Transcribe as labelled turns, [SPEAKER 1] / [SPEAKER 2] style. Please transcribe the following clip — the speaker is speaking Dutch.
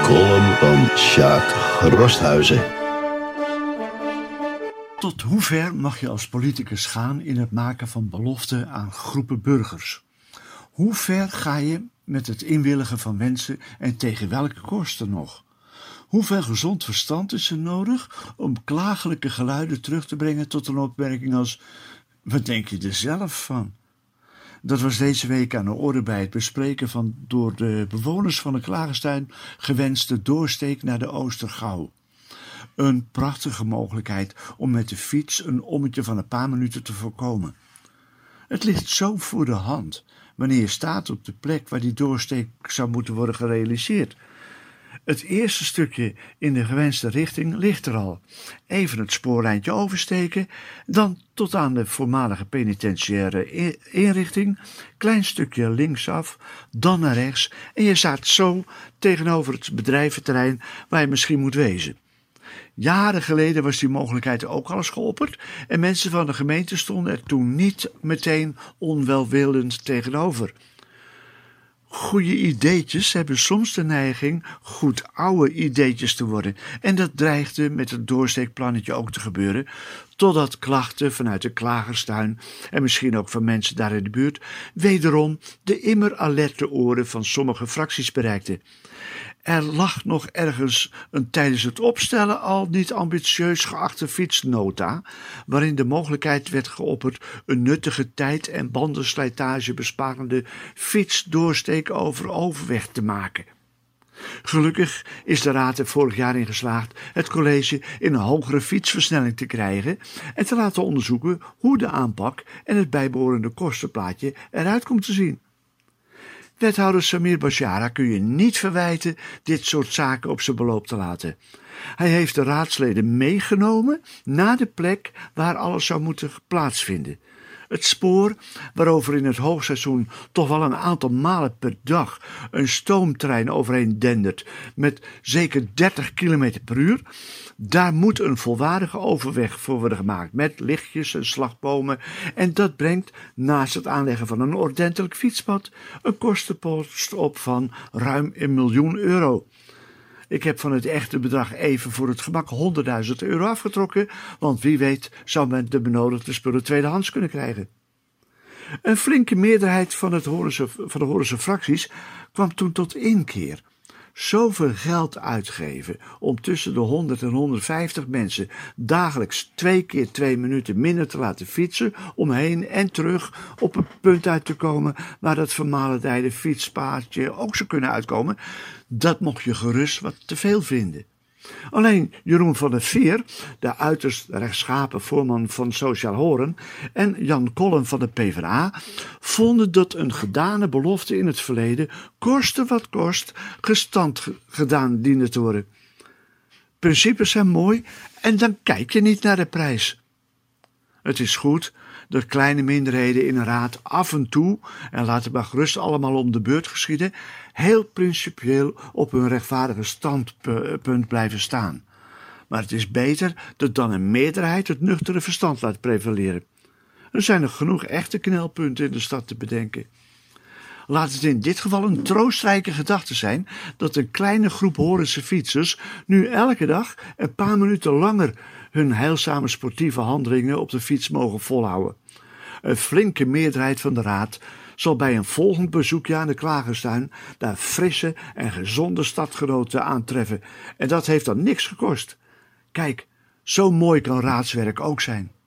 [SPEAKER 1] column van Sjaak Rosthuizen.
[SPEAKER 2] Tot hoe ver mag je als politicus gaan in het maken van beloften aan groepen burgers? Hoe ver ga je met het inwilligen van wensen en tegen welke kosten nog? Hoeveel gezond verstand is er nodig om klagelijke geluiden terug te brengen tot een opmerking als: wat denk je er zelf van? Dat was deze week aan de orde bij het bespreken van door de bewoners van de Klagenstuin gewenste doorsteek naar de Oostergouw. Een prachtige mogelijkheid om met de fiets een ommetje van een paar minuten te voorkomen. Het ligt zo voor de hand wanneer je staat op de plek waar die doorsteek zou moeten worden gerealiseerd. Het eerste stukje in de gewenste richting ligt er al. Even het spoorlijntje oversteken, dan tot aan de voormalige penitentiaire inrichting, klein stukje linksaf, dan naar rechts en je staat zo tegenover het bedrijventerrein waar je misschien moet wezen. Jaren geleden was die mogelijkheid ook al eens geopperd en mensen van de gemeente stonden er toen niet meteen onwelwillend tegenover. Goede ideetjes hebben soms de neiging goed oude ideetjes te worden en dat dreigde met het doorsteekplannetje ook te gebeuren, totdat klachten vanuit de Klagerstuin en misschien ook van mensen daar in de buurt wederom de immer alerte oren van sommige fracties bereikten. Er lag nog ergens een tijdens het opstellen al niet ambitieus geachte fietsnota, waarin de mogelijkheid werd geopperd een nuttige tijd- en bandenslijtage besparende fietsdoorsteek over overweg te maken. Gelukkig is de raad er vorig jaar in geslaagd het college in een hogere fietsversnelling te krijgen en te laten onderzoeken hoe de aanpak en het bijbehorende kostenplaatje eruit komt te zien. Wethouder Samir Bashara kun je niet verwijten dit soort zaken op zijn beloop te laten. Hij heeft de raadsleden meegenomen naar de plek waar alles zou moeten plaatsvinden. Het spoor, waarover in het hoogseizoen toch wel een aantal malen per dag een stoomtrein overheen dendert met zeker 30 km per uur, daar moet een volwaardige overweg voor worden gemaakt met lichtjes en slagbomen en dat brengt naast het aanleggen van een ordentelijk fietspad een kostenpost op van ruim €1 miljoen. Ik heb van het echte bedrag even voor het gemak €100.000 afgetrokken, want wie weet zou men de benodigde spullen tweedehands kunnen krijgen. Een flinke meerderheid van de Horense fracties kwam toen tot inkeer. Zoveel geld uitgeven om tussen de 100 en 150 mensen dagelijks 2 keer 2 minuten minder te laten fietsen om heen en terug op een punt uit te komen waar dat vermalendijde fietspaadje ook zou kunnen uitkomen, dat mocht je gerust wat te veel vinden. Alleen Jeroen van der Veer, de uiterst rechtschapen voorman van Sociaal Horen, en Jan Kollem van de PvdA vonden dat een gedane belofte in het verleden, koste wat kost, gestand gedaan diende te worden. Principes zijn mooi en dan kijk je niet naar de prijs. Het is goed dat kleine minderheden in een raad af en toe, en laat het maar gerust allemaal om de beurt geschieden, heel principieel op hun rechtvaardige standpunt blijven staan. Maar het is beter dat dan een meerderheid het nuchtere verstand laat prevaleren. Er zijn nog genoeg echte knelpunten in de stad te bedenken. Laat het in dit geval een troostrijke gedachte zijn dat een kleine groep Horense fietsers nu elke dag een paar minuten langer hun heilzame sportieve handelingen op de fiets mogen volhouden. Een flinke meerderheid van de raad zal bij een volgend bezoekje aan de Klagerstuin daar frisse en gezonde stadgenoten aantreffen en dat heeft dan niks gekost. Kijk, zo mooi kan raadswerk ook zijn.